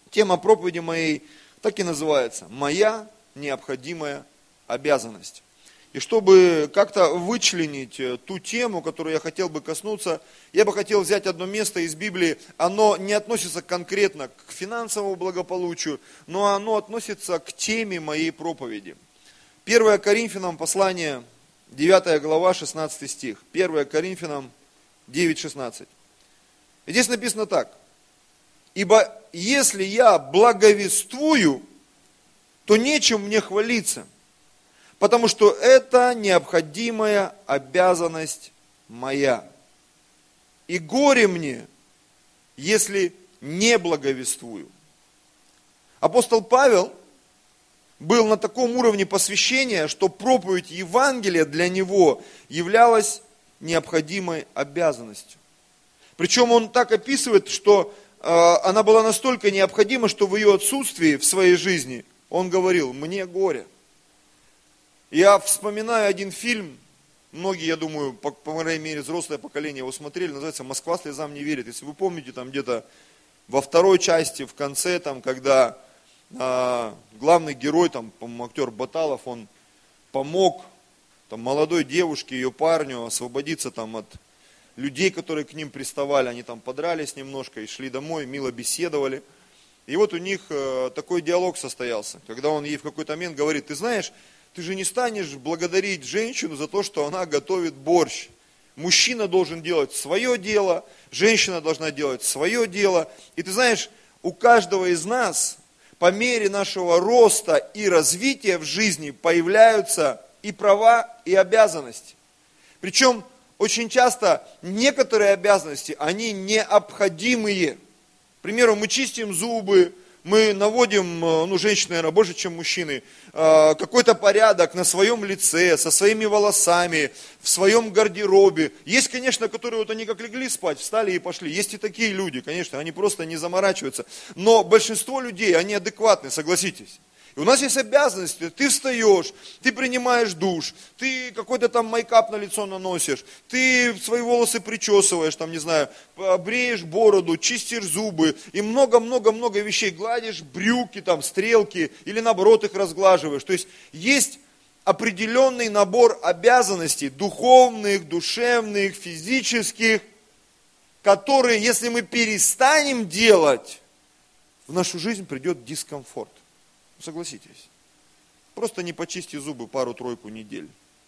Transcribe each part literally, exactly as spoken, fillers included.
Тема проповеди моей так и называется: «Моя необходимая обязанность». И чтобы как-то вычленить ту тему, которую я хотел бы коснуться, я бы хотел взять одно место из Библии. Оно не относится конкретно к финансовому благополучию, но оно относится к теме моей проповеди. первое Коринфянам послание, девятая глава, шестнадцатый стих. первое Коринфянам девять шестнадцать. Здесь написано так: «Ибо если я благовествую, то нечем мне хвалиться, потому что это необходимая обязанность моя. И горе мне, если не благовествую». Апостол Павел был на таком уровне посвящения, что проповедь Евангелия для него являлась необходимой обязанностью. Причем он так описывает, что э, она была настолько необходима, что в ее отсутствии в своей жизни он говорил: «Мне горе». Я вспоминаю один фильм, многие, я думаю, по, по крайней мере, взрослое поколение его смотрели, называется «Москва слезам не верит». Если вы помните, там где-то во второй части, в конце, там, когда э, главный герой, там, по-моему, актер Баталов, он помог там, молодой девушке, ее парню освободиться там, от людей, которые к ним приставали, они там подрались немножко и шли домой, мило беседовали. И вот у них э, такой диалог состоялся, когда он ей в какой-то момент говорит: «Ты знаешь, ты же не станешь благодарить женщину за то, что она готовит борщ. Мужчина должен делать свое дело, женщина должна делать свое дело. И ты знаешь, у каждого из нас по мере нашего роста и развития в жизни появляются и права, и обязанности. Причем очень часто некоторые обязанности, они необходимые. К примеру, мы чистим зубы, мы наводим, ну, женщины, наверное, больше, чем мужчины, какой-то порядок на своем лице, со своими волосами, в своем гардеробе. Есть, конечно, которые вот они как легли спать, встали и пошли. Есть и такие люди, конечно, они просто не заморачиваются. Но большинство людей, они адекватны, согласитесь. И у нас есть обязанности. Ты встаешь, ты принимаешь душ, ты какой-то там мейкап на лицо наносишь, ты свои волосы причесываешь, там, не знаю, бреешь бороду, чистишь зубы и много-много-много вещей, гладишь брюки, там, стрелки или наоборот их разглаживаешь. То есть есть определенный набор обязанностей, духовных, душевных, физических, которые, если мы перестанем делать, в нашу жизнь придет дискомфорт. Согласитесь. Просто не почисти зубы пару-тройку недель.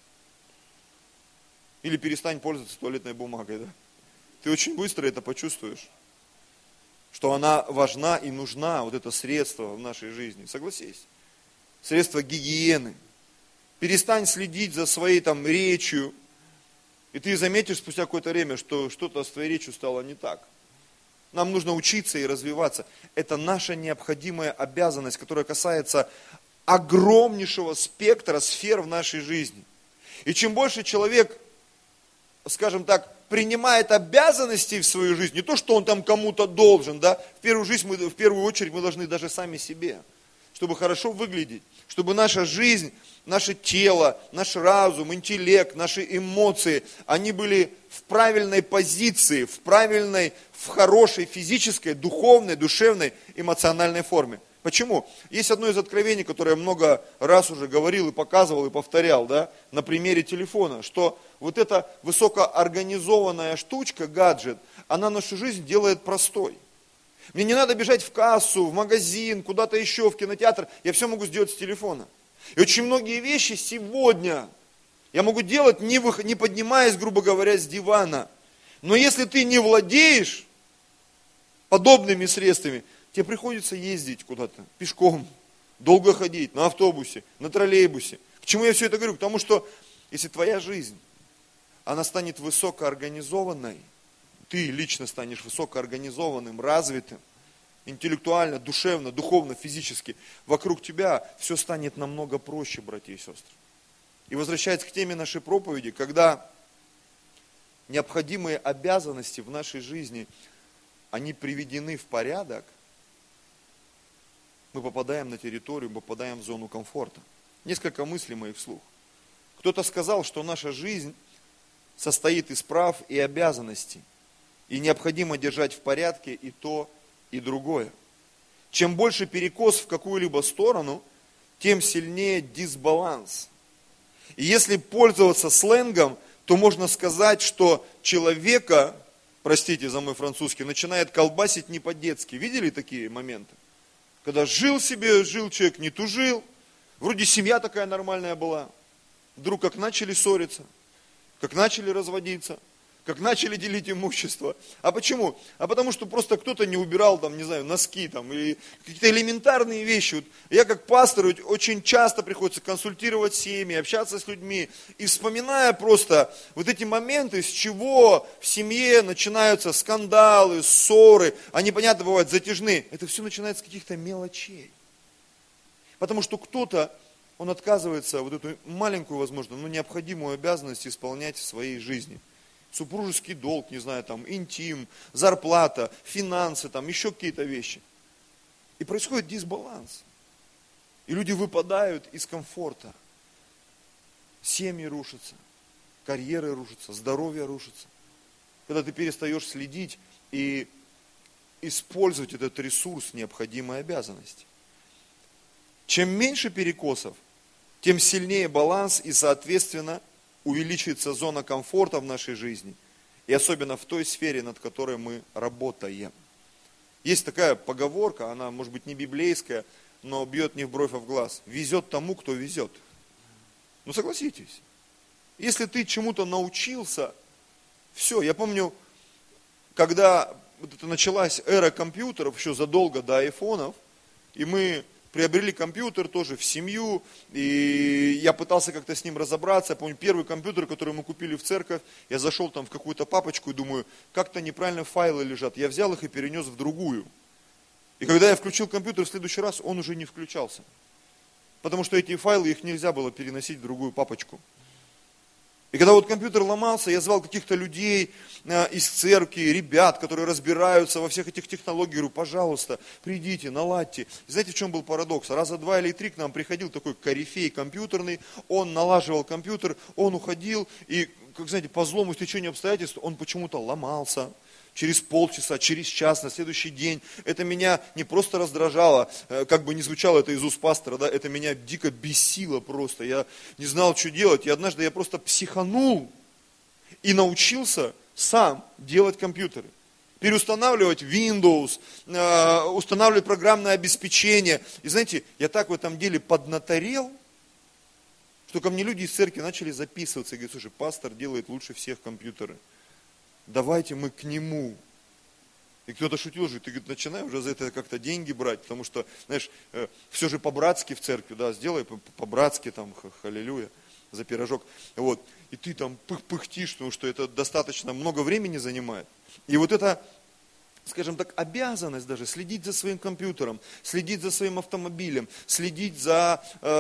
Или перестань пользоваться туалетной бумагой. Да? Ты очень быстро это почувствуешь. Что она важна и нужна, вот это средство в нашей жизни. Согласись. Средство гигиены. Перестань следить за своей там речью. И ты заметишь спустя какое-то время, что что-то с твоей речью стало не так. Нам нужно учиться и развиваться. Это наша необходимая обязанность, которая касается огромнейшего спектра сфер в нашей жизни. И чем больше человек, скажем так, принимает обязанности в свою жизнь, не то, что он там кому-то должен, да, в первую жизнь мы, в первую очередь мы должны даже сами себе, чтобы хорошо выглядеть, чтобы наша жизнь, наше тело, наш разум, интеллект, наши эмоции, они были в правильной позиции, в правильной, в хорошей физической, духовной, душевной, эмоциональной форме. Почему? Есть одно из откровений, которое я много раз уже говорил и показывал, и повторял, да, на примере телефона, что вот эта высокоорганизованная штучка, гаджет, она нашу жизнь делает простой. Мне не надо бежать в кассу, в магазин, куда-то еще, в кинотеатр, я все могу сделать с телефона. И очень многие вещи сегодня я могу делать, не, вы, не поднимаясь, грубо говоря, с дивана. Но если ты не владеешь подобными средствами, тебе приходится ездить куда-то пешком, долго ходить, на автобусе, на троллейбусе. К чему я все это говорю? Потому что если твоя жизнь, она станет высокоорганизованной, ты лично станешь высокоорганизованным, развитым, интеллектуально, душевно, духовно, физически, вокруг тебя все станет намного проще, братья и сестры. И возвращаясь к теме нашей проповеди, когда необходимые обязанности в нашей жизни, они приведены в порядок, мы попадаем на территорию, попадаем в зону комфорта. Несколько мыслей моих вслух. Кто-то сказал, что наша жизнь состоит из прав и обязанностей. И необходимо держать в порядке и то, и другое. Чем больше перекос в какую-либо сторону, тем сильнее дисбаланс. И если пользоваться сленгом, то можно сказать, что человека, простите за мой французский, начинает колбасить не по-детски. Видели такие моменты? Когда жил себе, жил человек, не тужил, вроде семья такая нормальная была, вдруг как начали ссориться, как начали разводиться, как начали делить имущество. А почему? А потому что просто кто-то не убирал, там, не знаю, носки, там, или какие-то элементарные вещи. Вот я как пастор очень часто приходится консультировать семьи, общаться с людьми. И вспоминая просто вот эти моменты, с чего в семье начинаются скандалы, ссоры, они, понятно, бывают затяжные. Это все начинается с каких-то мелочей. Потому что кто-то, он отказывается вот эту маленькую, возможно, но необходимую обязанность исполнять в своей жизни. Супружеский долг, не знаю, там, интим, зарплата, финансы, там, еще какие-то вещи. И происходит дисбаланс. И люди выпадают из комфорта. Семьи рушатся, карьеры рушатся, здоровье рушится. Когда ты перестаешь следить и использовать этот ресурс необходимой обязанности. Чем меньше перекосов, тем сильнее баланс и, соответственно, увеличивается зона комфорта в нашей жизни, и особенно в той сфере, над которой мы работаем. Есть такая поговорка, она может быть не библейская, но бьет не в бровь, а в глаз. Везет тому, кто везет. Ну согласитесь, если ты чему-то научился, все, я помню, когда вот это началась эра компьютеров, еще задолго до айфонов, и мы приобрели компьютер тоже в семью, и я пытался как-то с ним разобраться. Я помню, первый компьютер, который мы купили в церковь, я зашел там в какую-то папочку и думаю, как-то неправильно файлы лежат. Я взял их и перенес в другую. И когда я включил компьютер в следующий раз, он уже не включался. Потому что эти файлы, их нельзя было переносить в другую папочку. И когда вот компьютер ломался, я звал каких-то людей э, из церкви, ребят, которые разбираются во всех этих технологиях. Говорю, пожалуйста, придите, наладьте. И знаете, в чем был парадокс? Раза два или три к нам приходил такой корифей компьютерный, он налаживал компьютер, он уходил, и, как знаете, по злому стечению обстоятельств он почему-то ломался. Через полчаса, через час, на следующий день. Это меня не просто раздражало, как бы ни звучало это из уст пастора, да, это меня дико бесило просто. Я не знал, что делать. И однажды я просто психанул и научился сам делать компьютеры. Переустанавливать Windows, устанавливать программное обеспечение. И знаете, я так в этом деле поднаторел, что ко мне люди из церкви начали записываться и говорят, слушай, пастор делает лучше всех компьютеры. Давайте мы к нему. И кто-то шутил же, ты говорит, начинай уже за это как-то деньги брать, потому что, знаешь, все же по-братски в церкви, да, сделай по-братски, там, халилюя, за пирожок. Вот. И ты там пых-пыхтишь, потому что это достаточно много времени занимает. И вот это, скажем так, обязанность даже следить за своим компьютером, следить за своим автомобилем, следить за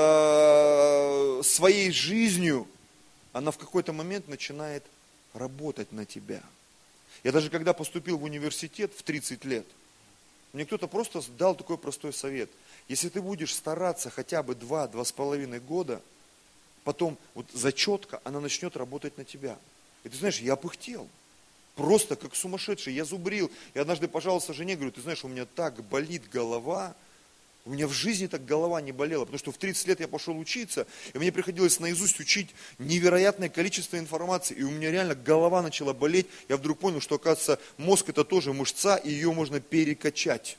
э, своей жизнью, она в какой-то момент начинает работать на тебя. Я даже когда поступил в университет в тридцать лет, мне кто-то просто дал такой простой совет. Если ты будешь стараться хотя бы два-два с половиной года, потом вот зачетка, она начнет работать на тебя. И ты знаешь, я пыхтел. Просто как сумасшедший, я зубрил. И однажды пожаловался жене, говорю, ты знаешь, у меня так болит голова. У меня в жизни так голова не болела, потому что в тридцать лет я пошел учиться, и мне приходилось наизусть учить невероятное количество информации, и у меня реально голова начала болеть. Я вдруг понял, что, оказывается, мозг это тоже мышца, и ее можно перекачать.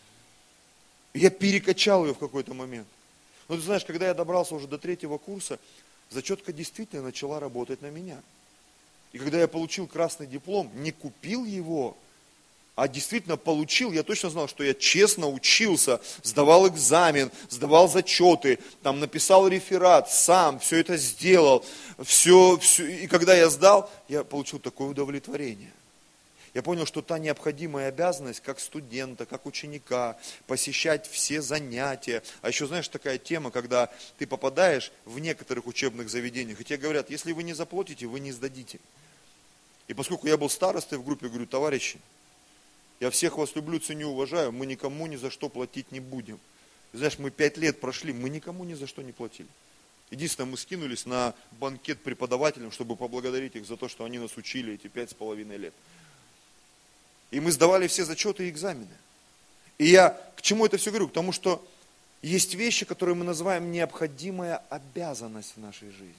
И я перекачал ее в какой-то момент. Но ты знаешь, когда я добрался уже до третьего курса, зачетка действительно начала работать на меня. И когда я получил красный диплом, не купил его, а действительно получил, я точно знал, что я честно учился, сдавал экзамен, сдавал зачеты, там написал реферат, сам все это сделал. Все, все. И когда я сдал, я получил такое удовлетворение. Я понял, что та необходимая обязанность, как студента, как ученика, посещать все занятия. А еще, знаешь, такая тема, когда ты попадаешь в некоторых учебных заведениях, и тебе говорят, если вы не заплатите, вы не сдадите. И поскольку я был старостой в группе, говорю, товарищи, я всех вас люблю, ценю, уважаю, мы никому ни за что платить не будем. И знаешь, мы пять лет прошли, мы никому ни за что не платили. Единственное, мы скинулись на банкет преподавателям, чтобы поблагодарить их за то, что они нас учили эти пять с половиной лет. И мы сдавали все зачеты и экзамены. И я к чему это все говорю? К тому, что есть вещи, которые мы называем необходимая обязанность в нашей жизни.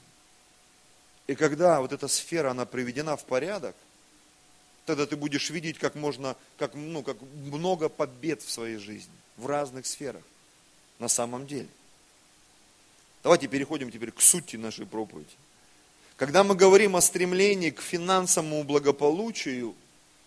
И когда вот эта сфера, она приведена в порядок, тогда ты будешь видеть, как можно, как, ну, как много побед в своей жизни, в разных сферах, на самом деле. Давайте переходим теперь к сути нашей проповеди. Когда мы говорим о стремлении к финансовому благополучию,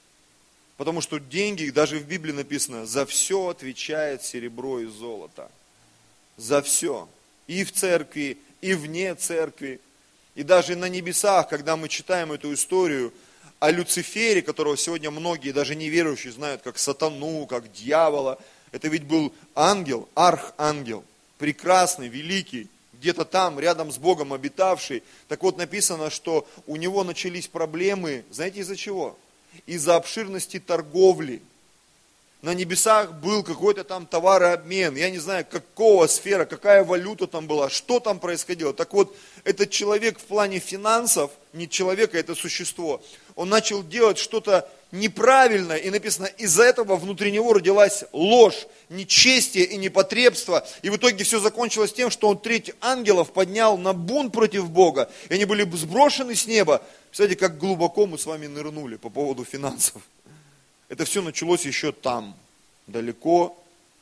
потому что деньги, даже в Библии написано, за все отвечает серебро и золото. За все. И в церкви, и вне церкви. И даже на небесах, когда мы читаем эту историю о Люцифере, которого сегодня многие, даже неверующие, знают как сатану, как дьявола. Это ведь был ангел, архангел, прекрасный, великий, где-то там, рядом с Богом обитавший. Так вот написано, что у него начались проблемы, знаете из-за чего? Из-за обширности торговли. На небесах был какой-то там товарообмен, я не знаю, какого сфера, какая валюта там была, что там происходило. Так вот, этот человек в плане финансов, не человек, а это существо, он начал делать что-то неправильное, и написано, из-за этого внутри него родилась ложь, нечестие и непотребство, и в итоге все закончилось тем, что он треть ангелов поднял на бунт против Бога, и они были сброшены с неба. Представляете, как глубоко мы с вами нырнули по поводу финансов. Это все началось еще там, далеко,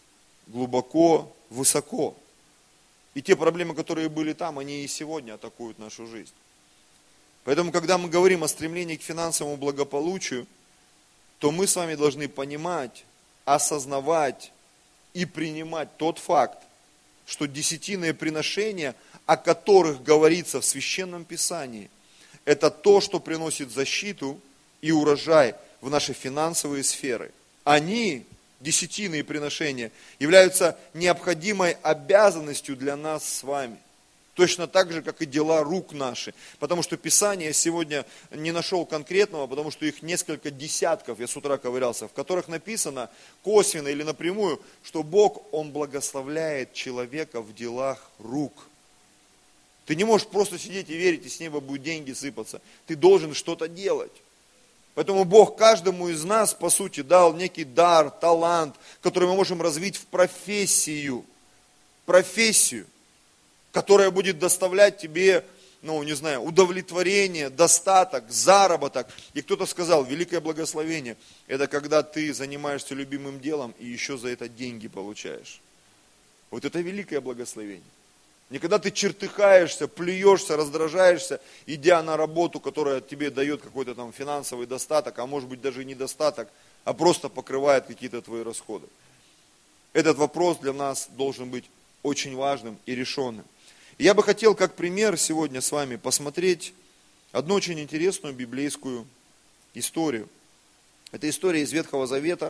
глубоко, высоко. И те проблемы, которые были там, они и сегодня атакуют нашу жизнь. Поэтому, когда мы говорим о стремлении к финансовому благополучию, то мы с вами должны понимать, осознавать и принимать тот факт, что десятинные приношения, о которых говорится в Священном Писании, это то, что приносит защиту и урожай в наши финансовые сферы. Они, десятинные приношения, являются необходимой обязанностью для нас с вами. Точно так же, как и дела рук наши. Потому что Писание сегодня не нашел конкретного, потому что их несколько десятков, я с утра ковырялся, в которых написано косвенно или напрямую, что Бог, Он благословляет человека в делах рук. Ты не можешь просто сидеть и верить, и с неба будут деньги сыпаться. Ты должен что-то делать. Поэтому Бог каждому из нас, по сути, дал некий дар, талант, который мы можем развить в профессию. Профессию, которая будет доставлять тебе, ну, не знаю, удовлетворение, достаток, заработок. И кто-то сказал, великое благословение, это когда ты занимаешься любимым делом и еще за это деньги получаешь. Вот это великое благословение. Не когда ты чертыхаешься, плюешься, раздражаешься, идя на работу, которая тебе дает какой-то там финансовый достаток, а может быть даже и недостаток, а просто покрывает какие-то твои расходы. Этот вопрос для нас должен быть очень важным и решенным. И я бы хотел как пример сегодня с вами посмотреть одну очень интересную библейскую историю. Это история из Ветхого Завета.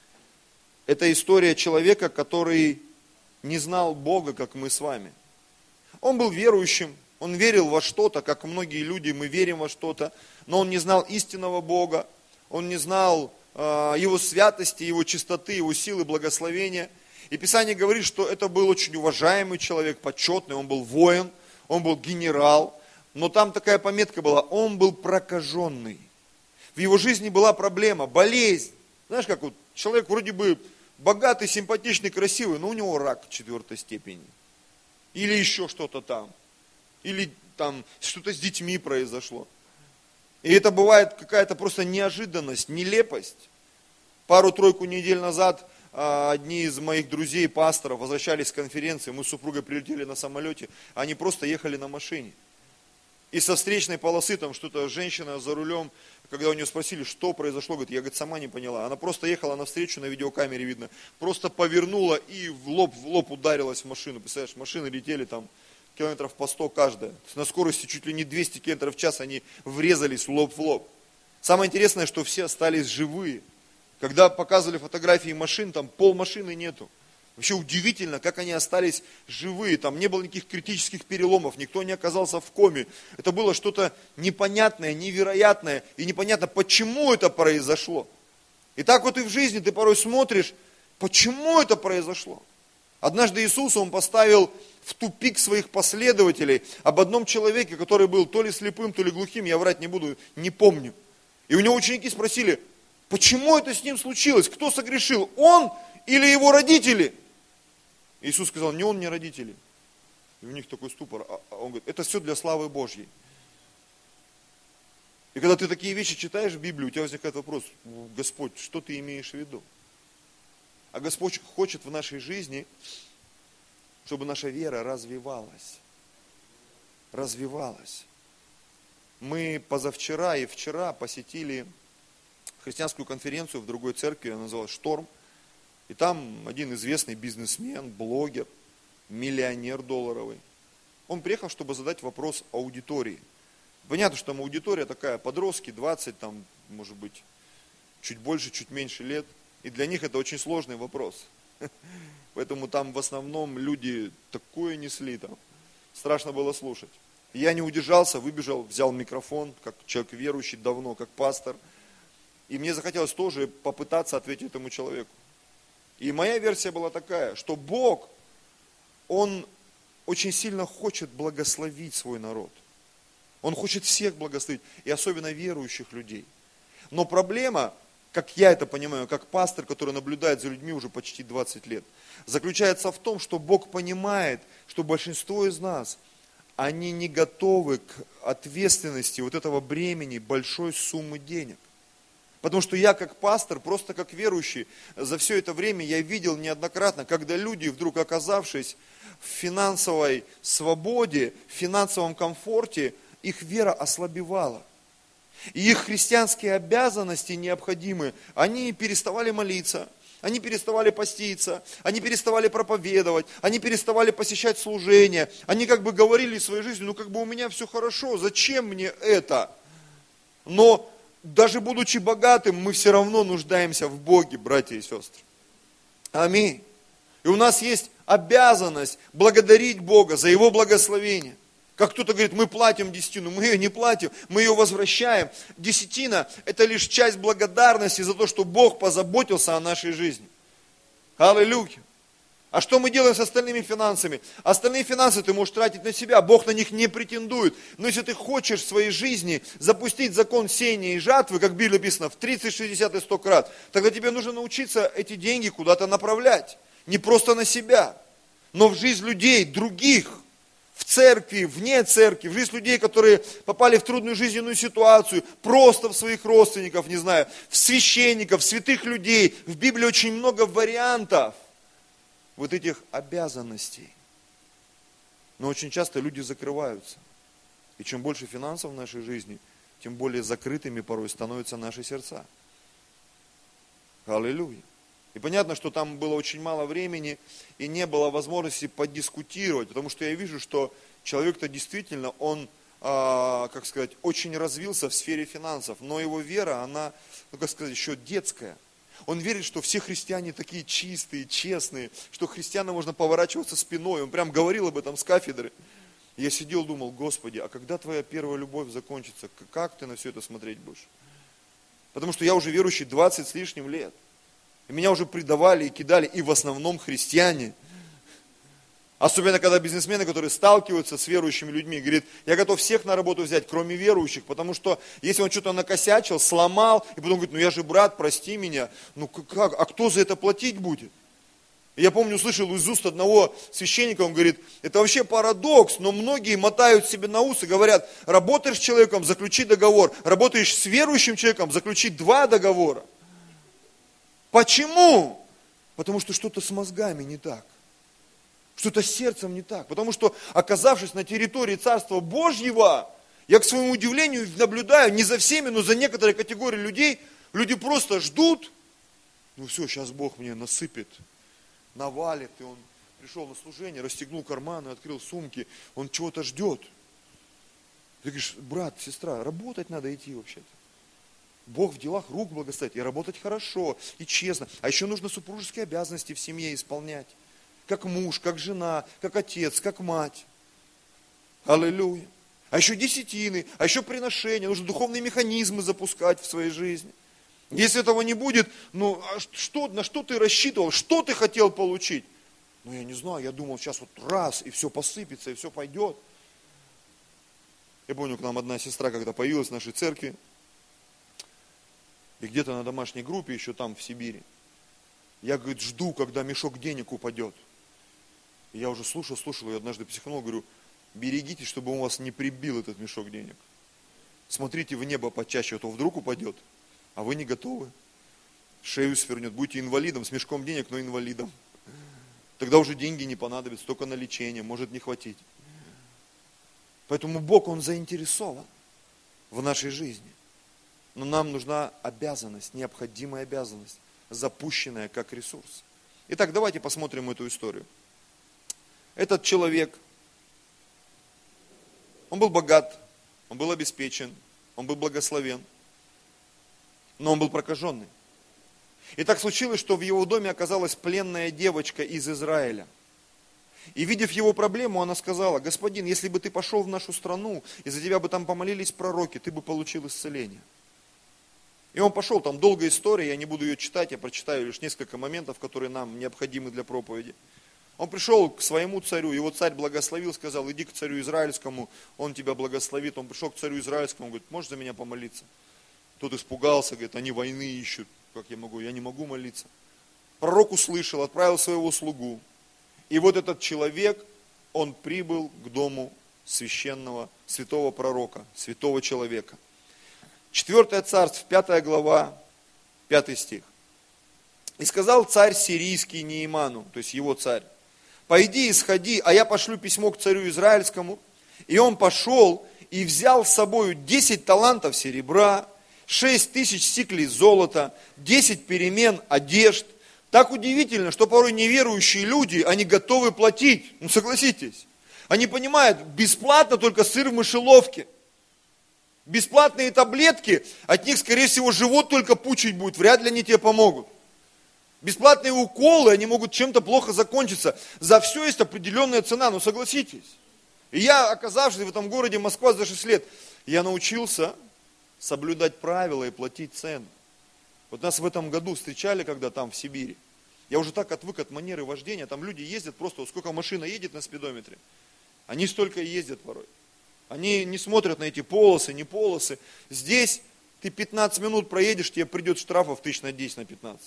Это история человека, который не знал Бога, как мы с вами. Он был верующим, он верил во что-то, как многие люди, мы верим во что-то, но он не знал истинного Бога, он не знал э, Его святости, Его чистоты, Его силы, благословения. И Писание говорит, что это был очень уважаемый человек, почетный, он был воин, он был генерал, но там такая пометка была, он был прокаженный. В его жизни была проблема, болезнь. Знаешь, как вот человек вроде бы богатый, симпатичный, красивый, но у него рак четвертой степени. Или еще что-то там. Или там что-то с детьми произошло. И это бывает какая-то просто неожиданность, нелепость. Пару-тройку недель назад одни из моих друзей, пасторов, возвращались с конференции, мы с супругой прилетели на самолете, они просто ехали на машине. И со встречной полосы там что-то, женщина за рулем, когда у нее спросили, что произошло, говорит, я говорит, сама не поняла. Она просто ехала навстречу, на видеокамере видно, просто повернула и в лоб в лоб ударилась в машину. Представляешь, машины летели там километров по сто каждая. На скорости чуть ли не двести километров в час они врезались лоб в лоб. Самое интересное, что все остались живые. Когда показывали фотографии машин, там пол машины нету. Вообще удивительно, как они остались живые, там не было никаких критических переломов, никто не оказался в коме. Это было что-то непонятное, невероятное, и непонятно, почему это произошло. И так вот и в жизни ты порой смотришь, почему это произошло. Однажды Иисус, Он поставил в тупик своих последователей об одном человеке, который был то ли слепым, то ли глухим, я врать не буду, не помню. И у него ученики спросили, почему это с ним случилось, кто согрешил, он или его родители? Иисус сказал, не он, не родители. И у них такой ступор. А он говорит, это все для славы Божьей. И когда ты такие вещи читаешь в Библии, у тебя возникает вопрос, Господь, что ты имеешь в виду? А Господь хочет в нашей жизни, чтобы наша вера развивалась. Развивалась. Мы позавчера и вчера посетили христианскую конференцию в другой церкви, она называлась «Шторм». И там один известный бизнесмен, блогер, миллионер долларовый. Он приехал, чтобы задать вопрос аудитории. Понятно, что там аудитория такая, подростки, двадцать, там, может быть, чуть больше, чуть меньше лет. И для них это очень сложный вопрос. Поэтому там в основном люди такое несли, там. Страшно было слушать. Я не удержался, выбежал, взял микрофон, как человек верующий давно, как пастор. И мне захотелось тоже попытаться ответить этому человеку. И моя версия была такая, что Бог, Он очень сильно хочет благословить свой народ. Он хочет всех благословить, и особенно верующих людей. Но проблема, как я это понимаю, как пастор, который наблюдает за людьми уже почти двадцать лет, заключается в том, что Бог понимает, что большинство из нас, они не готовы к ответственности вот этого бремени большой суммы денег. Потому что я как пастор, просто как верующий, за все это время я видел неоднократно, когда люди, вдруг оказавшись в финансовой свободе, в финансовом комфорте, их вера ослабевала. И их христианские обязанности необходимые, они переставали молиться, они переставали поститься, они переставали проповедовать, они переставали посещать служения, они как бы говорили в своей жизни, ну как бы у меня все хорошо, зачем мне это? Но даже будучи богатым, мы все равно нуждаемся в Боге, братья и сестры. Аминь. И у нас есть обязанность благодарить Бога за Его благословение. Как кто-то говорит, мы платим десятину, мы ее не платим, мы ее возвращаем. Десятина – это лишь часть благодарности за то, что Бог позаботился о нашей жизни. Аллилуйя. А что мы делаем с остальными финансами? Остальные финансы ты можешь тратить на себя, Бог на них не претендует. Но если ты хочешь в своей жизни запустить закон сеяния и жатвы, как в Библии написано, в тридцать, шестьдесят и сто крат, тогда тебе нужно научиться эти деньги куда-то направлять. Не просто на себя, но в жизнь людей, других. В церкви, вне церкви, в жизнь людей, которые попали в трудную жизненную ситуацию, просто в своих родственников, не знаю, в священников, в святых людей. В Библии очень много вариантов вот этих обязанностей. Но очень часто люди закрываются. И чем больше финансов в нашей жизни, тем более закрытыми порой становятся наши сердца. Аллилуйя. И понятно, что там было очень мало времени, и не было возможности подискутировать, потому что я вижу, что человек-то действительно, он, а, как сказать, очень развился в сфере финансов, но его вера, она, ну как сказать, еще детская. Он верит, что все христиане такие чистые, честные, что христианам можно поворачиваться спиной. Он прям говорил об этом с кафедры. Я сидел, думал, Господи, а когда твоя первая любовь закончится, как ты на все это смотреть будешь? Потому что я уже верующий двадцать с лишним лет. И меня уже предавали и кидали, и в основном христиане. Особенно, когда бизнесмены, которые сталкиваются с верующими людьми, говорят, я готов всех на работу взять, кроме верующих, потому что если он что-то накосячил, сломал, и потом говорит, ну я же брат, прости меня, ну как, а кто за это платить будет? И я помню, услышал из уст одного священника, он говорит, это вообще парадокс, но многие мотают себе на ус и говорят, работаешь с человеком, заключи договор, работаешь с верующим человеком, заключи два договора. Почему? Потому что что-то с мозгами не так. Что-то с сердцем не так. Потому что, оказавшись на территории Царства Божьего, я к своему удивлению наблюдаю, не за всеми, но за некоторой категорией людей, люди просто ждут, ну все, сейчас Бог мне насыпет, навалит, и он пришел на служение, расстегнул карманы, открыл сумки, он чего-то ждет. Ты говоришь, брат, сестра, работать надо идти вообще-то. Бог в делах рук благословит, и работать хорошо, и честно. А еще нужно супружеские обязанности в семье исполнять. Как муж, как жена, как отец, как мать. Аллилуйя. А еще десятины, а еще приношения. Нужно духовные механизмы запускать в своей жизни. Если этого не будет, ну а что, на что ты рассчитывал, что ты хотел получить? Ну я не знаю, я думал, сейчас вот раз, и все посыпется, и все пойдет. Я помню, к нам одна сестра, когда появилась в нашей церкви, и где-то на домашней группе, еще там в Сибири, Я, говорит, жду, когда мешок денег упадет. И я уже слушал, слушал, и однажды психанул, говорю, берегитесь, чтобы он вас не прибил, этот мешок денег. Смотрите в небо почаще, а то вдруг упадет, а вы не готовы. Шею свернет, будете инвалидом, с мешком денег, но инвалидом. Тогда уже деньги не понадобятся, только на лечение, может не хватить. Поэтому Бог, Он заинтересован в нашей жизни. Но нам нужна обязанность, необходимая обязанность, запущенная как ресурс. Итак, давайте посмотрим эту историю. Этот человек, он был богат, он был обеспечен, он был благословен, но он был прокаженный. И так случилось, что в его доме оказалась пленная девочка из Израиля. И видев его проблему, она сказала: господин, если бы ты пошел в нашу страну, и за тебя бы там помолились пророки, ты бы получил исцеление. И он пошел, там долгая история, я не буду ее читать, я прочитаю лишь несколько моментов, которые нам необходимы для проповеди. Он пришел к своему царю, его царь благословил, сказал: иди к царю израильскому, он тебя благословит. Он пришел к царю израильскому, говорит: можешь за меня помолиться? Тот испугался, говорит: они войны ищут, как я могу? Я не могу молиться. Пророк услышал, отправил своего слугу. И вот этот человек, он прибыл к дому священного, святого пророка, святого человека. Четвертое царство, пятая глава, пятый стих. И сказал царь сирийский Неиману, то есть его царь: пойди и сходи, а я пошлю письмо к царю израильскому. И он пошел и взял с собой десять талантов серебра, шесть тысяч сиклей золота, десять перемен одежд. Так удивительно, что порой неверующие люди, они готовы платить. Ну согласитесь. Они понимают, бесплатно только сыр в мышеловке. Бесплатные таблетки, от них, скорее всего, живот только пучить будет, вряд ли они тебе помогут. Бесплатные уколы, они могут чем-то плохо закончиться. За все есть определенная цена, ну согласитесь. И я, оказавшись в этом городе Москва за шесть лет, я научился соблюдать правила и платить цену. Вот нас в этом году встречали, когда там в Сибири. Я уже так отвык от манеры вождения, там люди ездят просто, вот сколько машина едет на спидометре, они столько и ездят порой. Они не смотрят на эти полосы, не полосы. Здесь ты пятнадцать минут проедешь, тебе придет штрафов тысяч на десять, на пятнадцать.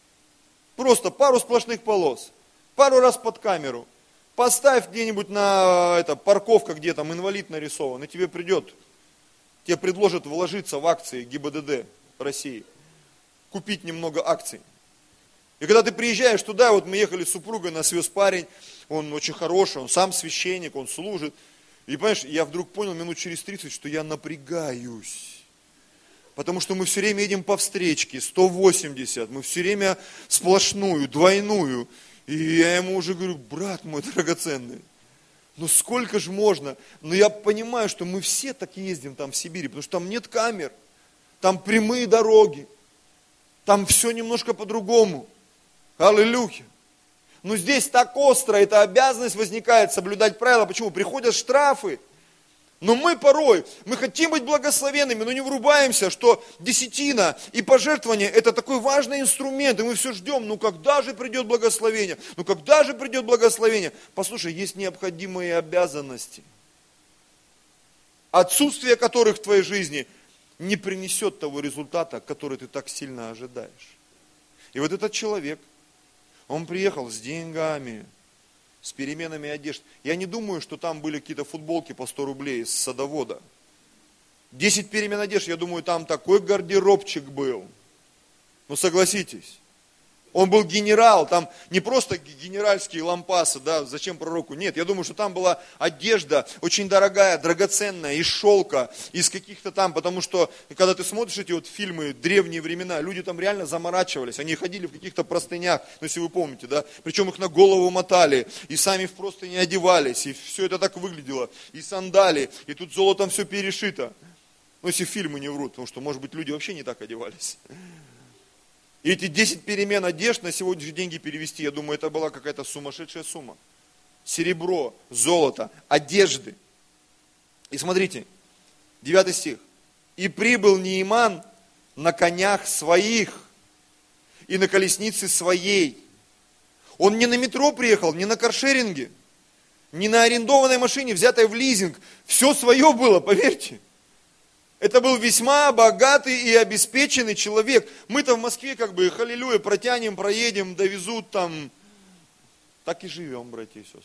Просто пару сплошных полос, пару раз под камеру. Поставь где-нибудь на это, парковка, где там инвалид нарисован, и тебе придет, тебе предложат вложиться в акции ГИБДД России, купить немного акций. И когда ты приезжаешь туда, вот мы ехали с супругой, нас вез парень, он очень хороший, он сам священник, он служит. И понимаешь, я вдруг понял минут через тридцать, что я напрягаюсь. Потому что мы все время едем по встречке, сто восемьдесят, мы все время сплошную, двойную. И я ему уже говорю: брат мой драгоценный, ну сколько же можно? Но я понимаю, что мы все так ездим там в Сибири, потому что там нет камер, там прямые дороги, там все немножко по-другому. Аллилуйя. Но здесь так остро эта обязанность возникает соблюдать правила. Почему? Приходят штрафы. Но мы порой, мы хотим быть благословенными, но не врубаемся, что десятина и пожертвование – это такой важный инструмент. И мы все ждем, ну когда же придет благословение? Ну когда же придет благословение? Послушай, есть необходимые обязанности, отсутствие которых в твоей жизни не принесет того результата, который ты так сильно ожидаешь. И вот этот человек, он приехал с деньгами, с переменами одежд. Я не думаю, что там были какие-то футболки по сто рублей с садовода. десять перемен одежд, я думаю, там такой гардеробчик был. Ну согласитесь. Он был генерал, там не просто генеральские лампасы, да, зачем пророку, нет, я думаю, что там была одежда очень дорогая, драгоценная, из шелка, из каких-то там, потому что, когда ты смотришь эти вот фильмы, древние времена, люди там реально заморачивались, они ходили в каких-то простынях, ну, если вы помните, да, причем их на голову мотали, и сами в простыни одевались, и все это так выглядело, и сандали, и тут золотом все перешито, ну, если фильмы не врут, потому что, может быть, люди вообще не так одевались. И эти десять перемен одежд на сегодняшние деньги перевести, я думаю, это была какая-то сумасшедшая сумма. Серебро, золото, одежды. И смотрите, девятый стих. И прибыл Неиман на конях своих и на колеснице своей. Он не на метро приехал, не на каршеринге, не на арендованной машине, взятой в лизинг. Все свое было, поверьте. Это был весьма богатый и обеспеченный человек. Мы-то в Москве как бы, халилюя, протянем, проедем, довезут там. Так и живем, братья и сестры.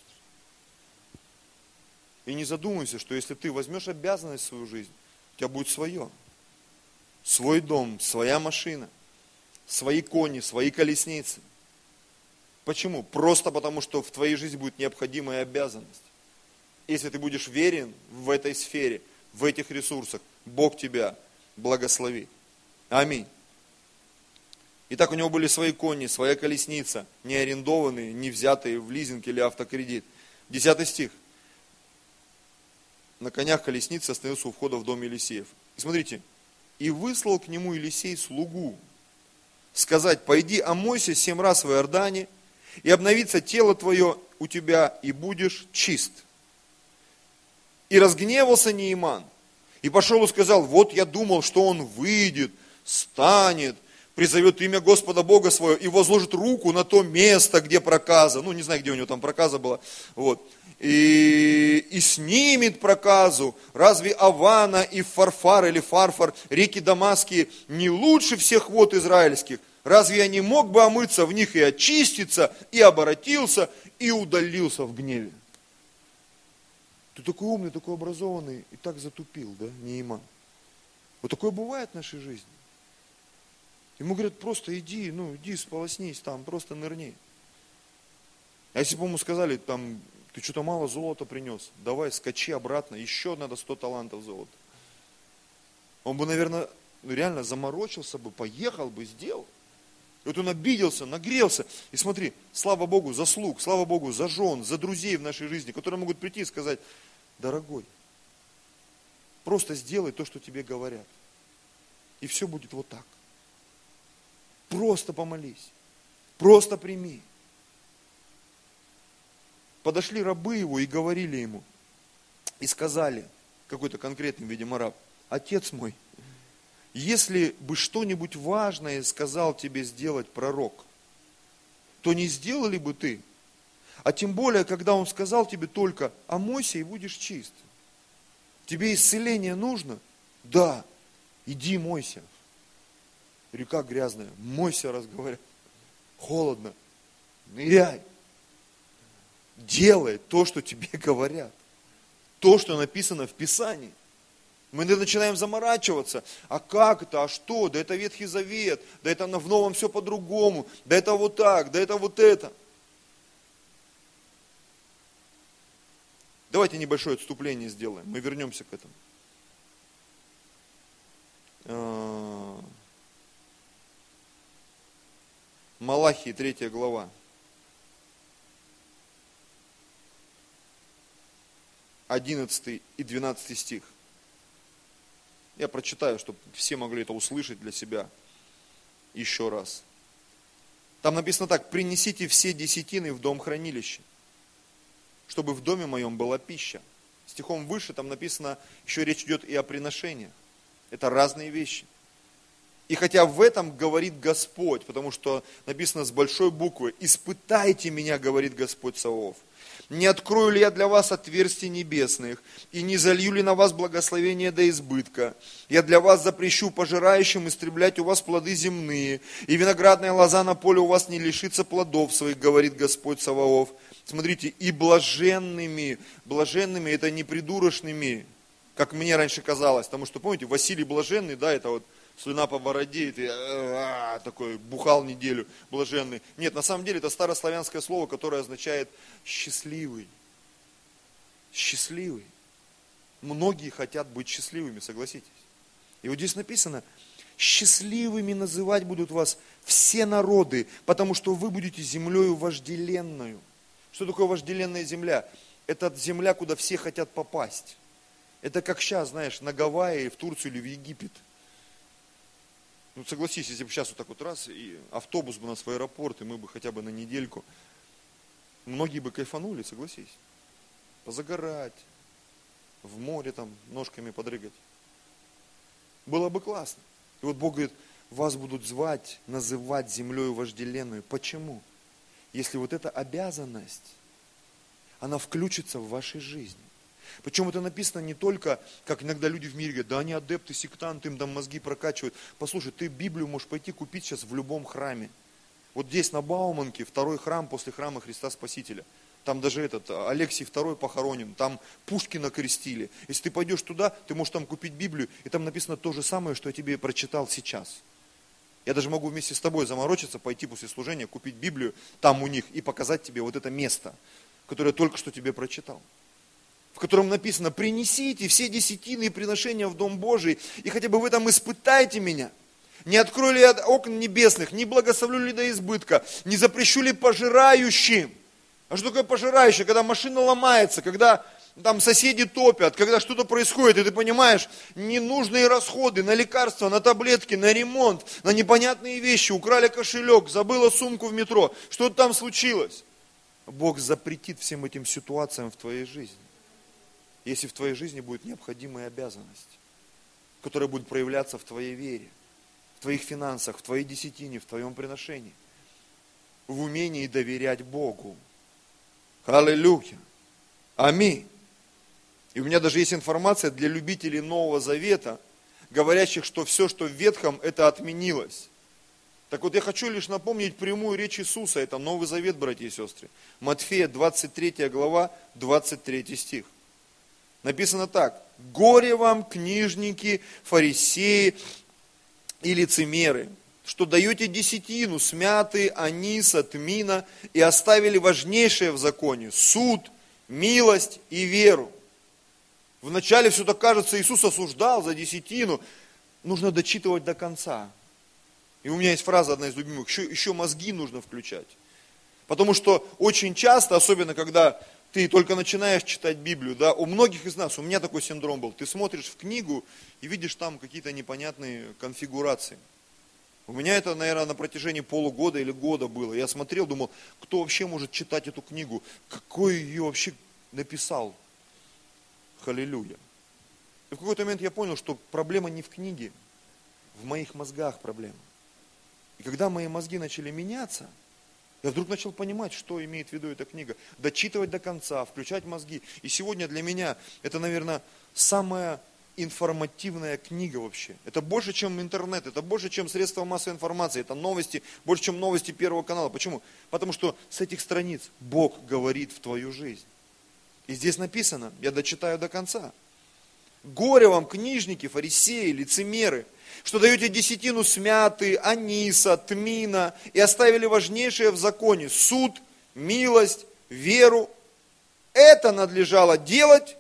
И не задумывайся, что если ты возьмешь обязанность в свою жизнь, у тебя будет свое. Свой дом, своя машина, свои кони, свои колесницы. Почему? Просто потому, что в твоей жизни будет необходимая обязанность. Если ты будешь верен в этой сфере, в этих ресурсах, Бог тебя благословит. Аминь. Итак, у него были свои кони, своя колесница, не арендованные, не взятые в лизинг или автокредит. Десятый стих. На конях колесницы остановился у входа в дом Елисеев. И смотрите, и выслал к нему Елисей слугу, сказать, пойди омойся семь раз в Иордане, и обновится тело твое у тебя, и будешь чист. И разгневался Неиман, и пошел и сказал, вот я думал, что он выйдет, станет, призовет имя Господа Бога своего и возложит руку на то место, где проказа, ну не знаю, где у него там проказа была, вот, и, и снимет проказу. Разве Авана и Фарфар или Фарфар, реки Дамасские, не лучше всех вод израильских? Разве я не мог бы омыться в них и очиститься, и оборотился, и удалился в гневе? Ты такой умный, такой образованный, и так затупил, да, Неиман? Вот такое бывает в нашей жизни. Ему говорят, просто иди, ну иди сполоснись там, просто нырни. А если бы ему сказали, там, ты что-то мало золота принес, давай скачи обратно, еще надо сто талантов золота. Он бы, наверное, реально заморочился бы, поехал бы, сделал. И вот он обиделся, нагрелся. И смотри, слава Богу за слуг, слава Богу за жен, за друзей в нашей жизни, которые могут прийти и сказать, дорогой, просто сделай то, что тебе говорят. И все будет вот так. Просто помолись, просто прими. Подошли рабы его и говорили ему, и сказали, какой-то конкретный, видимо, раб, отец мой, если бы что-нибудь важное сказал тебе сделать пророк, то не сделал ли бы ты? А тем более, когда он сказал тебе только, омойся и будешь чист. Тебе исцеление нужно? Да, иди мойся. Река грязная, мойся, раз говорят. Холодно, ныряй. Делай то, что тебе говорят. То, что написано в Писании. Мы начинаем заморачиваться. А как это? А что? Да это Ветхий Завет. Да это в Новом все по-другому. Да это вот так. Да это вот это. Давайте небольшое отступление сделаем. Мы вернемся к этому. Малахии, третья глава. одиннадцатый и двенадцатый стих. Я прочитаю, чтобы все могли это услышать для себя еще раз. Там написано так, принесите все десятины в дом хранилища, чтобы в доме моем была пища. Стихом выше там написано, еще речь идет и о приношениях. Это разные вещи. И хотя в этом говорит Господь, потому что написано с большой буквы, испытайте меня, говорит Господь Саваоф. Не открою ли я для вас отверстий небесных, и не залью ли на вас благословение до избытка? Я для вас запрещу пожирающим истреблять у вас плоды земные, и виноградная лоза на поле у вас не лишится плодов своих, говорит Господь Саваоф. Смотрите, и блаженными, блаженными это не придурочными, как мне раньше казалось, потому что, помните, Василий Блаженный, да, это вот слюна по бороде, и ты а, такой бухал неделю, блаженный. Нет, на самом деле это старославянское слово, которое означает счастливый. Счастливый. Многие хотят быть счастливыми, согласитесь. И вот здесь написано, счастливыми называть будут вас все народы, потому что вы будете землею вожделенную. Что такое вожделенная земля? Это земля, куда все хотят попасть. Это как сейчас, знаешь, на Гавайи, в Турцию или в Египет. Ну, согласись, если бы сейчас вот так вот раз, и автобус бы нас в аэропорт, и мы бы хотя бы на недельку, многие бы кайфанули, согласись. Позагорать, в море там ножками подрыгать. Было бы классно. И вот Бог говорит, вас будут звать, называть землею вожделенную. Почему? Если вот эта обязанность, она включится в вашей жизни. Причем это написано не только, как иногда люди в мире говорят, да они адепты, сектанты, им там мозги прокачивают. Послушай, ты Библию можешь пойти купить сейчас в любом храме. Вот здесь на Бауманке второй храм после храма Христа Спасителя. Там даже этот Алексий второй похоронен, там Пушкина крестили. Если ты пойдешь туда, ты можешь там купить Библию, и там написано то же самое, что я тебе прочитал сейчас. Я даже могу вместе с тобой заморочиться, пойти после служения, купить Библию там у них и показать тебе вот это место, которое я только что тебе прочитал. В котором написано, принесите все десятины и приношения в Дом Божий, и хотя бы в этом испытайте меня. Не открою ли я окон небесных, не благословлю ли до избытка, не запрещу ли пожирающим. А что такое пожирающее? Когда машина ломается, когда там соседи топят, когда что-то происходит, и ты понимаешь, ненужные расходы на лекарства, на таблетки, на ремонт, на непонятные вещи, украли кошелек, забыла сумку в метро, что-то там случилось. Бог запретит всем этим ситуациям в твоей жизни. Если в твоей жизни будет необходимая обязанность, которая будет проявляться в твоей вере, в твоих финансах, в твоей десятине, в твоем приношении, в умении доверять Богу. Аллилуйя. Аминь. И у меня даже есть информация для любителей Нового Завета, говорящих, что все, что в Ветхом, это отменилось. Так вот, я хочу лишь напомнить прямую речь Иисуса, это Новый Завет, братья и сестры. Матфея, двадцать третья глава, двадцать третий стих. Написано так: «Горе вам, книжники, фарисеи и лицемеры, что даете десятину с мяты, аниса, тмина и оставили важнейшее в законе – суд, милость и веру». Вначале все так кажется, Иисус осуждал за десятину. Нужно дочитывать до конца. И у меня есть фраза, одна из любимых, еще, еще мозги нужно включать. Потому что очень часто, особенно когда ты только начинаешь читать Библию, да, у многих из нас, у меня такой синдром был, ты смотришь в книгу и видишь там какие-то непонятные конфигурации. У меня это, наверное, на протяжении полугода или года было. Я смотрел, думал, кто вообще может читать эту книгу? Какой ее вообще написал? Аллилуйя. И в какой-то момент я понял, что проблема не в книге, в моих мозгах проблема. И когда мои мозги начали меняться, я вдруг начал понимать, что имеет в виду эта книга. Дочитывать до конца, включать мозги. И сегодня для меня это, наверное, самая информативная книга вообще. Это больше, чем интернет, это больше, чем средства массовой информации, это новости, больше, чем новости Первого канала. Почему? Потому что с этих страниц Бог говорит в твою жизнь. И здесь написано, я дочитаю до конца. «Горе вам, книжники, фарисеи, лицемеры, что даете десятину с мяты, аниса, тмина и оставили важнейшее в законе – суд, милость, веру. Это надлежало делать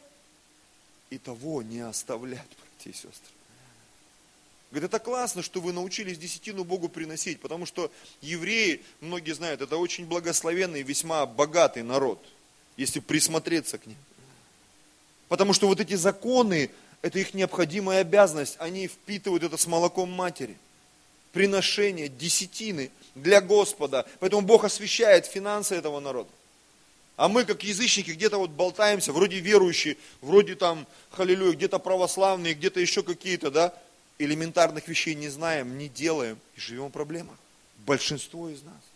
и того не оставлять, братья и сестры». Говорит, это классно, что вы научились десятину Богу приносить, потому что евреи, многие знают, это очень благословенный, весьма богатый народ, если присмотреться к ним. Потому что вот эти законы, это их необходимая обязанность, они впитывают это с молоком матери. Приношение, десятины для Господа. Поэтому Бог освящает финансы этого народа. А мы, как язычники, где-то вот болтаемся, вроде верующие, вроде там, халилюя, где-то православные, где-то еще какие-то, да, элементарных вещей не знаем, не делаем и живем в проблемах. Большинство из нас.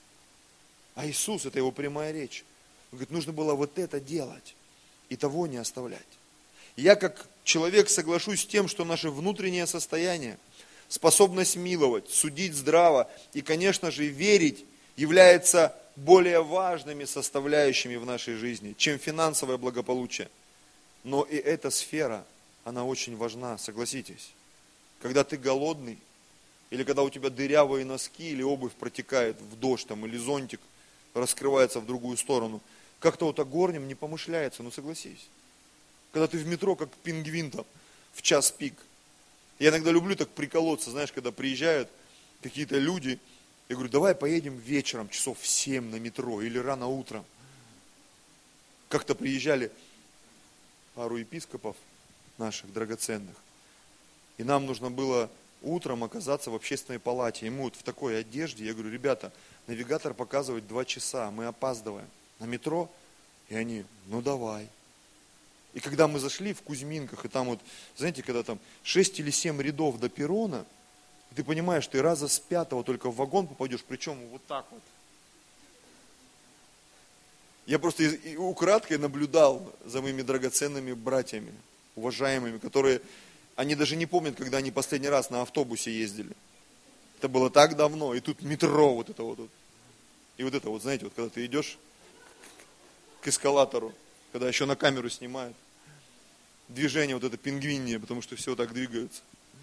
А Иисус, это его прямая речь. Он говорит, нужно было вот это делать и того не оставлять. Я как человек соглашусь с тем, что наше внутреннее состояние, способность миловать, судить здраво и, конечно же, верить является более важными составляющими в нашей жизни, чем финансовое благополучие. Но и эта сфера, она очень важна, согласитесь. Когда ты голодный, или когда у тебя дырявые носки, или обувь протекает в дождь, там, или зонтик раскрывается в другую сторону, как-то вот о горнем не помышляется, ну согласись. Когда ты в метро, как пингвин там, в час пик. Я иногда люблю так приколоться, знаешь, когда приезжают какие-то люди, я говорю, давай поедем вечером, часов в семь на метро, или рано утром. Как-то приезжали пару епископов наших драгоценных, и нам нужно было утром оказаться в общественной палате. И мы вот в такой одежде, я говорю, ребята, навигатор показывает два часа, мы опаздываем на метро, и они, ну давай. И когда мы зашли в Кузьминках, и там вот, знаете, когда там шесть или семь рядов до перрона, ты понимаешь, ты раза с пятого только в вагон попадешь, причем вот так вот. Я просто украдкой наблюдал за моими драгоценными братьями, уважаемыми, которые, они даже не помнят, когда они последний раз на автобусе ездили. Это было так давно, и тут метро вот это вот. И вот это вот, знаете, вот когда ты идешь к эскалатору, когда еще на камеру снимают, движение вот это пингвинье, потому что все так двигаются.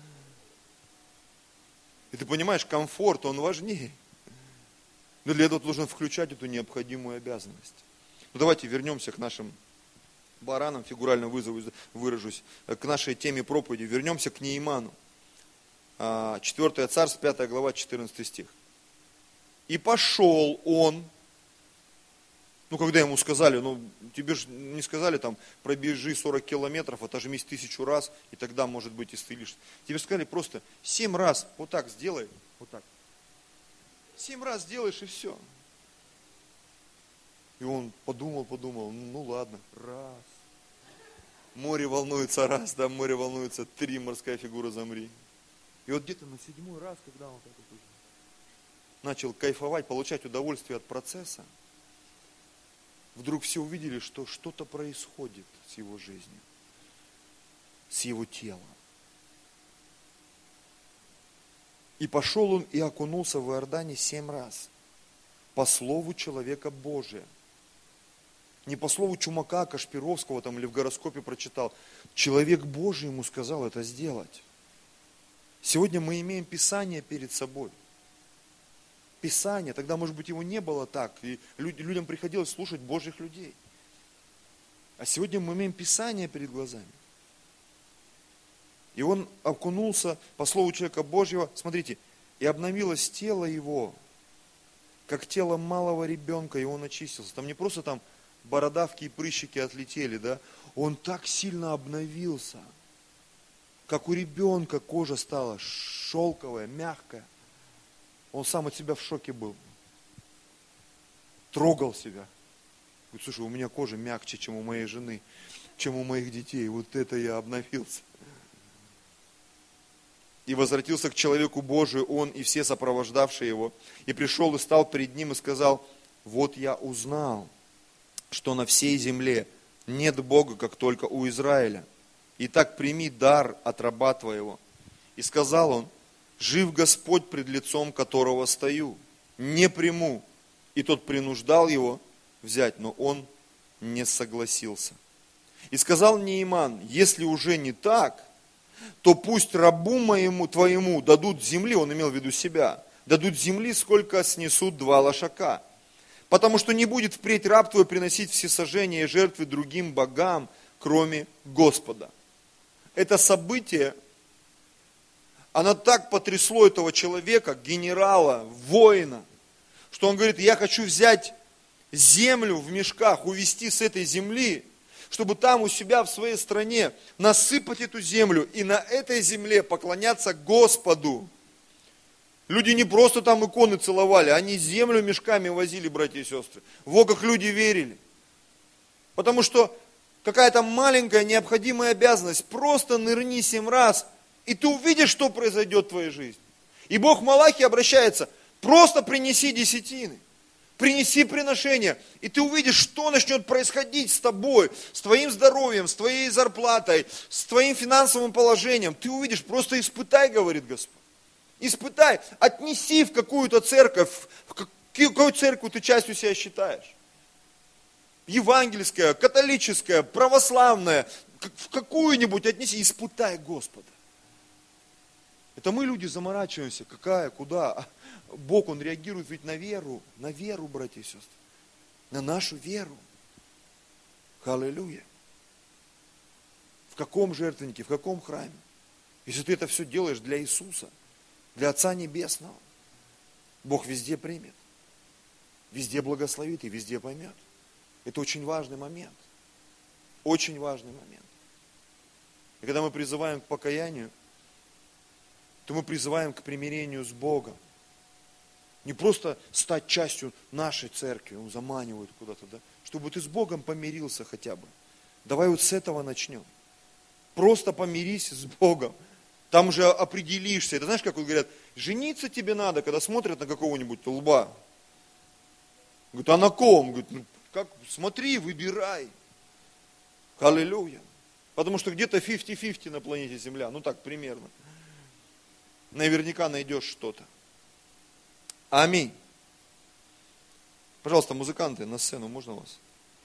И ты понимаешь, комфорт, он важнее. Но для этого ты должен включать эту необходимую обязанность. Ну давайте вернемся к нашим баранам, фигурально вызову, выражусь, к нашей теме проповеди. Вернемся к Неиману. четвёртое Царств, пятая глава, четырнадцатый стих. И пошел он, ну когда ему сказали, ну тебе же не сказали там, пробежи сорок километров, отожмись тысячу раз, и тогда, может быть, исцелишься. Тебе сказали просто семь раз вот так сделай, вот так. Семь раз сделаешь и все. И он подумал, подумал, ну ладно, раз. Море волнуется раз, да, море волнуется три, морская фигура замри. И вот где-то на седьмой раз, когда он так вот начал кайфовать, получать удовольствие от процесса, вдруг все увидели, что что-то происходит с его жизнью, с его телом. И пошел он и окунулся в Иордане семь раз, по слову человека Божия. Не по слову чумака Кашпировского там, или в гороскопе прочитал. Человек Божий ему сказал это сделать. Сегодня мы имеем Писание перед собой. Писание, тогда, может быть, его не было так, и людям приходилось слушать Божьих людей. А сегодня мы имеем Писание перед глазами. И он окунулся по слову человека Божьего, смотрите, и обновилось тело его, как тело малого ребенка, и он очистился. Там не просто там бородавки и прыщики отлетели, да, он так сильно обновился, как у ребенка кожа стала шелковая, мягкая. Он сам от себя в шоке был. Трогал себя. Говорит, слушай, у меня кожа мягче, чем у моей жены, чем у моих детей. Вот это я обновился. И возвратился к человеку Божию он и все сопровождавшие его. И пришел и стал перед ним и сказал, вот я узнал, что на всей земле нет Бога, как только у Израиля. Итак, прими дар от раба твоего. И сказал он, жив Господь, пред лицом которого стою, не приму. И тот принуждал его взять, но он не согласился. И сказал Неиман, если уже не так, то пусть рабу моему, твоему дадут земли, он имел в виду себя, дадут земли, сколько снесут два лошака. Потому что не будет впредь раб твой приносить всесожжения и жертвы другим богам, кроме Господа. Это событие, оно так потрясло этого человека, генерала, воина, что он говорит, я хочу взять землю в мешках, увезти с этой земли, чтобы там у себя в своей стране насыпать эту землю и на этой земле поклоняться Господу. Люди не просто там иконы целовали, они землю мешками возили, братья и сестры. Во как люди верили. Потому что какая-то маленькая необходимая обязанность, просто нырни семь раз, и ты увидишь, что произойдет в твоей жизни. И Бог Малахи обращается, просто принеси десятины. Принеси приношение, и ты увидишь, что начнет происходить с тобой, с твоим здоровьем, с твоей зарплатой, с твоим финансовым положением. Ты увидишь, просто испытай, говорит Господь. Испытай, отнеси в какую-то церковь, в какую церковь ты частью себя считаешь. Евангельская, католическая, православная, в какую-нибудь отнеси, испытай Господа. Это мы, люди, заморачиваемся, какая, куда. Бог, Он реагирует ведь на веру, на веру, братья и сестры, на нашу веру. Аллилуйя. В каком жертвеннике, в каком храме? Если ты это все делаешь для Иисуса, для Отца Небесного, Бог везде примет, везде благословит и везде поймет. Это очень важный момент. Очень важный момент. И когда мы призываем к покаянию, то мы призываем к примирению с Богом. Не просто стать частью нашей церкви, он заманивает куда-то, да? Чтобы ты с Богом помирился хотя бы. Давай вот с этого начнем. Просто помирись с Богом. Там же определишься. Это знаешь, как вот говорят, жениться тебе надо, когда смотрят на какого-нибудь лба. Говорят, а на ком? Говорят, ну, как, смотри, выбирай. Аллилуйя. Потому что где-то пятьдесят на пятьдесят на планете Земля, ну так примерно. Наверняка найдешь что-то. Аминь. Пожалуйста, музыканты, на сцену, можно вас?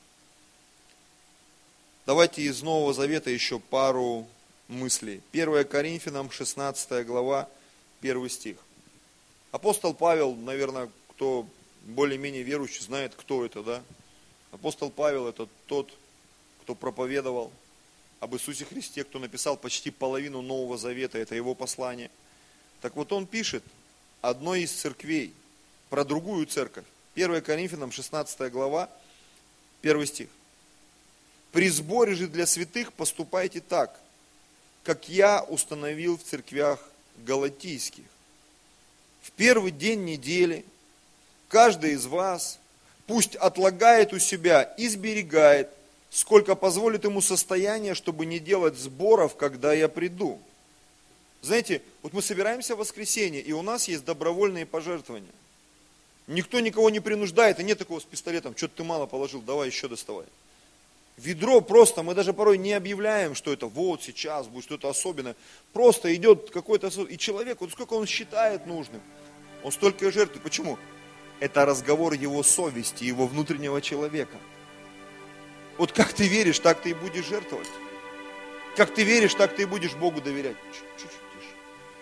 Давайте из Нового Завета еще пару мыслей. первое Коринфянам, шестнадцатая глава, первый стих. Апостол Павел, наверное, кто более-менее верующий, знает, кто это, да? Апостол Павел это тот, кто проповедовал об Иисусе Христе, кто написал почти половину Нового Завета, это его послание. Так вот он пишет одной из церквей, про другую церковь. первое Коринфянам, шестнадцатая глава, первый стих. «При сборе же для святых поступайте так, как я установил в церквях галатийских. В первый день недели каждый из вас пусть отлагает у себя и сберегает, сколько позволит ему состояние, чтобы не делать сборов, когда я приду». Знаете, вот мы собираемся в воскресенье, и у нас есть добровольные пожертвования. Никто никого не принуждает, и нет такого с пистолетом, что-то ты мало положил, давай еще доставай. Ведро просто, мы даже порой не объявляем, что это вот сейчас будет что-то особенное. Просто идет какой-то особенный, и человек, вот сколько он считает нужным, он столько и жертвует. Почему? Это разговор его совести, его внутреннего человека. Вот как ты веришь, так ты и будешь жертвовать. Как ты веришь, так ты и будешь Богу доверять. Чуть-чуть тише.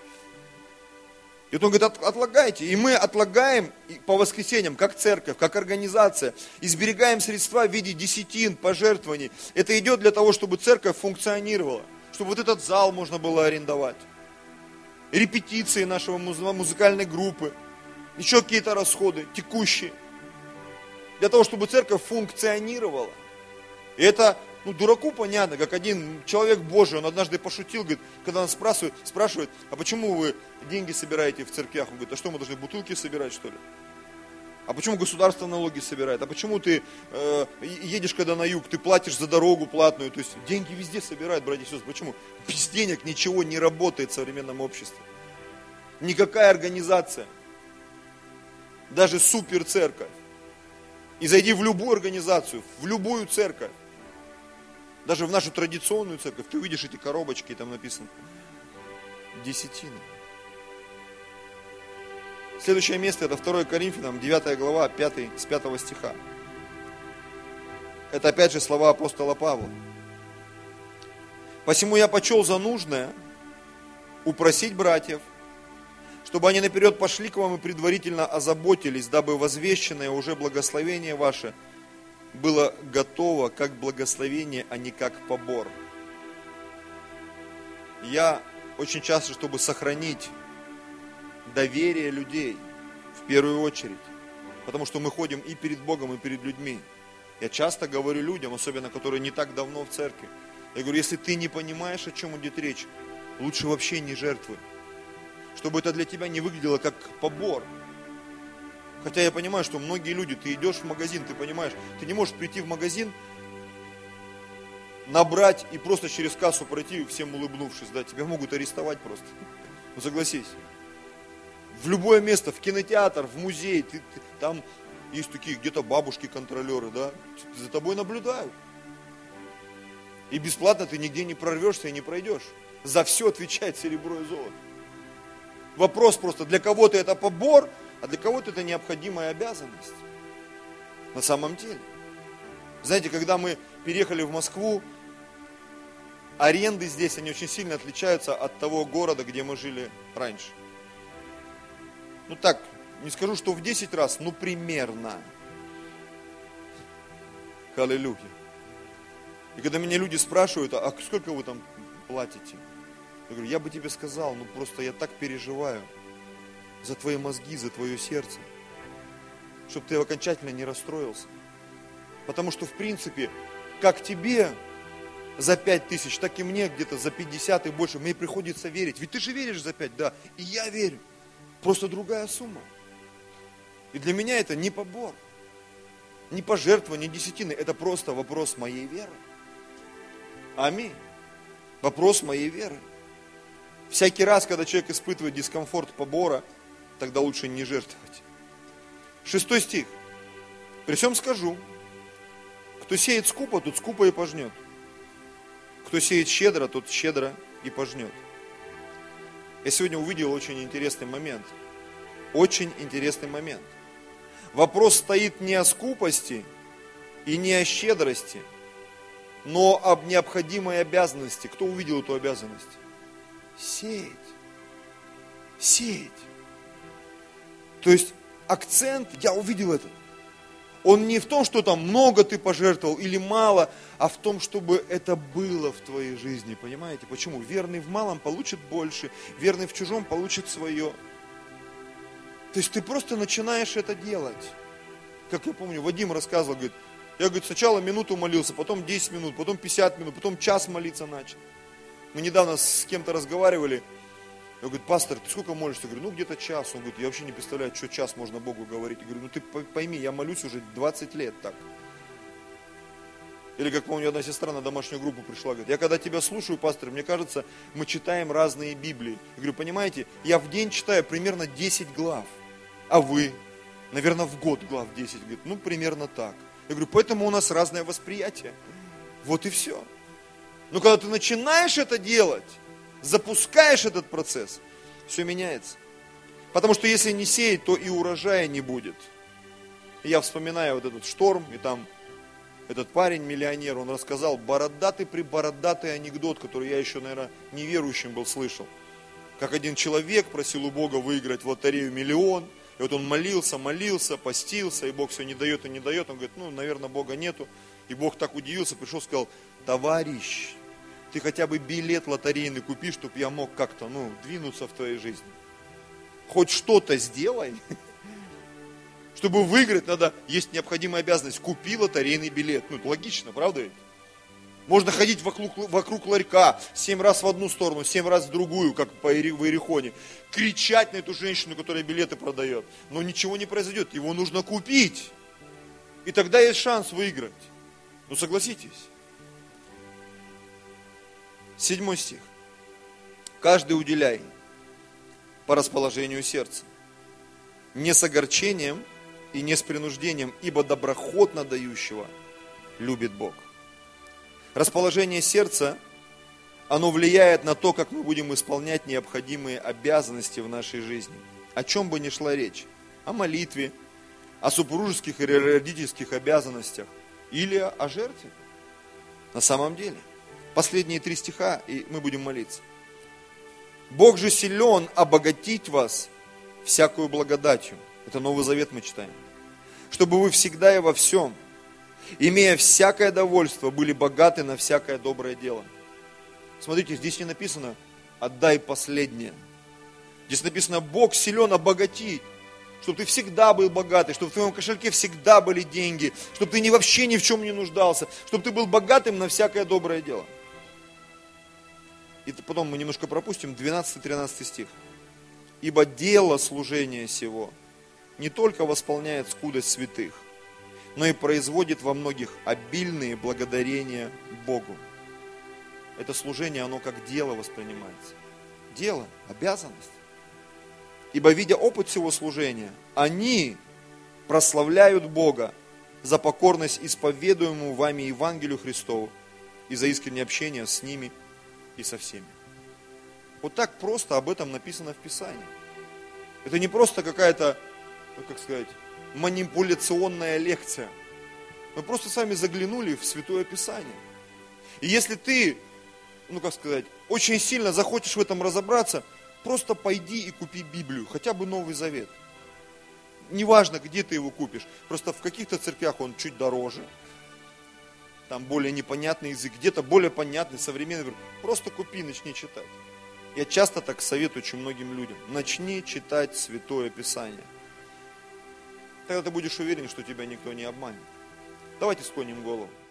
И вот он говорит, от, отлагайте. И мы отлагаем по воскресеньям, как церковь, как организация, и сберегаем средства в виде десятин, пожертвований. Это идет для того, чтобы церковь функционировала, чтобы вот этот зал можно было арендовать. Репетиции нашего музыкальной группы, еще какие-то расходы текущие. Для того, чтобы церковь функционировала. И это, ну, дураку понятно, как один человек Божий, он однажды пошутил, говорит, когда нас спрашивают, спрашивают, а почему вы деньги собираете в церквях? Он говорит, а что, мы должны бутылки собирать, что ли? А почему государство налоги собирает? А почему ты э, едешь, когда на юг, ты платишь за дорогу платную? То есть деньги везде собирают, братья и сестры. Почему? Без денег ничего не работает в современном обществе. Никакая организация, даже суперцерковь. И зайди в любую организацию, в любую церковь, даже в нашу традиционную церковь, ты увидишь эти коробочки, там написано десятина. Следующее место это второе Коринфянам, девятая глава, пятый, с пятого стиха. Это опять же слова апостола Павла. «Посему я почел за нужное упросить братьев, чтобы они наперед пошли к вам и предварительно озаботились, дабы возвещенное уже благословение ваше было готово как благословение, а не как побор». Я очень часто, чтобы сохранить доверие людей, в первую очередь, потому что мы ходим и перед Богом, и перед людьми. Я часто говорю людям, особенно которые не так давно в церкви, я говорю, если ты не понимаешь, о чем идет речь, лучше вообще не жертвуй. Чтобы это для тебя не выглядело как побор. Хотя я понимаю, что многие люди, ты идешь в магазин, ты понимаешь, ты не можешь прийти в магазин, набрать и просто через кассу пройти, всем улыбнувшись, да, тебя могут арестовать просто. Ну согласись. В любое место, в кинотеатр, в музей, ты, ты, там есть такие где-то бабушки-контролеры, да, за тобой наблюдают. И бесплатно ты нигде не прорвешься и не пройдешь. За все отвечает серебро и золото. Вопрос просто, для кого-то это побор, а для кого-то это необходимая обязанность. На самом деле. Знаете, когда мы переехали в Москву, аренды здесь, они очень сильно отличаются от того города, где мы жили раньше. Ну так, не скажу, что в десять раз, но примерно. Аллилуйя. И когда меня люди спрашивают, а сколько вы там платите? Я говорю, я бы тебе сказал, ну просто я так переживаю за твои мозги, за твое сердце, чтобы ты окончательно не расстроился. Потому что, в принципе, как тебе за пять тысяч, так и мне где-то за пятьдесят и больше, мне приходится верить. Ведь ты же веришь за пять, да, и я верю. Просто другая сумма. И для меня это не побор, не пожертвование, не десятины, это просто вопрос моей веры. Аминь. Вопрос моей веры. Всякий раз, когда человек испытывает дискомфорт побора, тогда лучше не жертвовать. Шестой стих. «При всем скажу, Кто сеет скупо, тот скупо и пожнет. Кто сеет щедро, тот щедро и пожнет. Я сегодня увидел очень интересный момент. Очень интересный момент. Вопрос стоит не о скупости и не о щедрости, но об необходимой обязанности. Кто увидел эту обязанность? Сеять. Сеять. То есть акцент, я увидел это. Он не в том, что там много ты пожертвовал или мало, а в том, чтобы это было в твоей жизни. Понимаете? Почему? Верный в малом получит больше, верный в чужом получит свое. То есть ты просто начинаешь это делать. Как я помню, Вадим рассказывал, говорит, я, говорит, сначала минуту молился, потом десять минут, потом пятьдесят минут, потом час молиться начал. Мы недавно с кем-то разговаривали. Я говорю, пастор, ты сколько молишься? Я говорю, ну где-то час. Он говорит, я вообще не представляю, что час можно Богу говорить. Я говорю, ну ты пойми, я молюсь уже двадцать лет так. Или как помню, одна сестра на домашнюю группу пришла, говорит, я когда тебя слушаю, пастор, мне кажется, мы читаем разные Библии. Я говорю, понимаете, я в день читаю примерно десять глав, а вы, наверное, в год глав десять. Говорит, ну примерно так. Я говорю, поэтому у нас разное восприятие. Вот и все. Но когда ты начинаешь это делать, запускаешь этот процесс, все меняется. Потому что если не сеять, то и урожая не будет. И я вспоминаю вот этот шторм, и там этот парень, миллионер, он рассказал бородатый-прибородатый анекдот, который я еще, наверное, неверующим был слышал. Как один человек просил у Бога выиграть в лотерею миллион, и вот он молился, молился, постился, и Бог все не дает и не дает. Он говорит, ну, наверное, Бога нету. И Бог так удивился, пришел, сказал, товарищ, ты хотя бы билет лотерейный купи, чтобы я мог как-то, ну, двинуться в твоей жизни. Хоть что-то сделай. Чтобы выиграть, надо, есть необходимая обязанность. Купи лотерейный билет. Ну, это логично, правда ведь? Можно ходить вокруг, вокруг ларька, семь раз в одну сторону, семь раз в другую, как по Иери, в Иерихоне. Кричать на эту женщину, которая билеты продает. Но ничего не произойдет. Его нужно купить. И тогда есть шанс выиграть. Ну, согласитесь. Седьмой стих. Каждый уделяй по расположению сердца, не с огорчением и не с принуждением, ибо доброхотно дающего любит Бог. Расположение сердца, оно влияет на то, как мы будем исполнять необходимые обязанности в нашей жизни. О чем бы ни шла речь. О молитве, о супружеских или родительских обязанностях или о жертве. На самом деле. Последние три стиха, и мы будем молиться. Бог же силен обогатить вас всякую благодатью. Это Новый Завет мы читаем. Чтобы вы всегда и во всем, имея всякое довольство, были богаты на всякое доброе дело. Смотрите, здесь не написано «отдай последнее». Здесь написано «Бог силен обогатить». Чтобы ты всегда был богатый, чтобы в твоем кошельке всегда были деньги, чтобы ты ни вообще ни в чем не нуждался, чтобы ты был богатым на всякое доброе дело. И потом мы немножко пропустим двенадцатый-тринадцатый стих. Ибо дело служения сего не только восполняет скудость святых, но и производит во многих обильные благодарения Богу. Это служение, оно как дело воспринимается. Дело, обязанность. Ибо, видя опыт всего служения, они прославляют Бога за покорность исповедуемому вами Евангелию Христову и за искреннее общение с ними и со всеми. Вот так просто об этом написано в Писании. Это не просто какая-то, ну, как сказать, манипуляционная лекция. Мы просто с вами заглянули в Святое Писание. И если ты, ну как сказать, очень сильно захочешь в этом разобраться, просто пойди и купи Библию, хотя бы Новый Завет. Неважно, где ты его купишь, просто в каких-то церквях он чуть дороже, там более непонятный язык, где-то более понятный, современный. Просто купи, начни читать. Я часто так советую очень многим людям. Начни читать Святое Писание. Тогда ты будешь уверен, что тебя никто не обманет. Давайте склоним голову.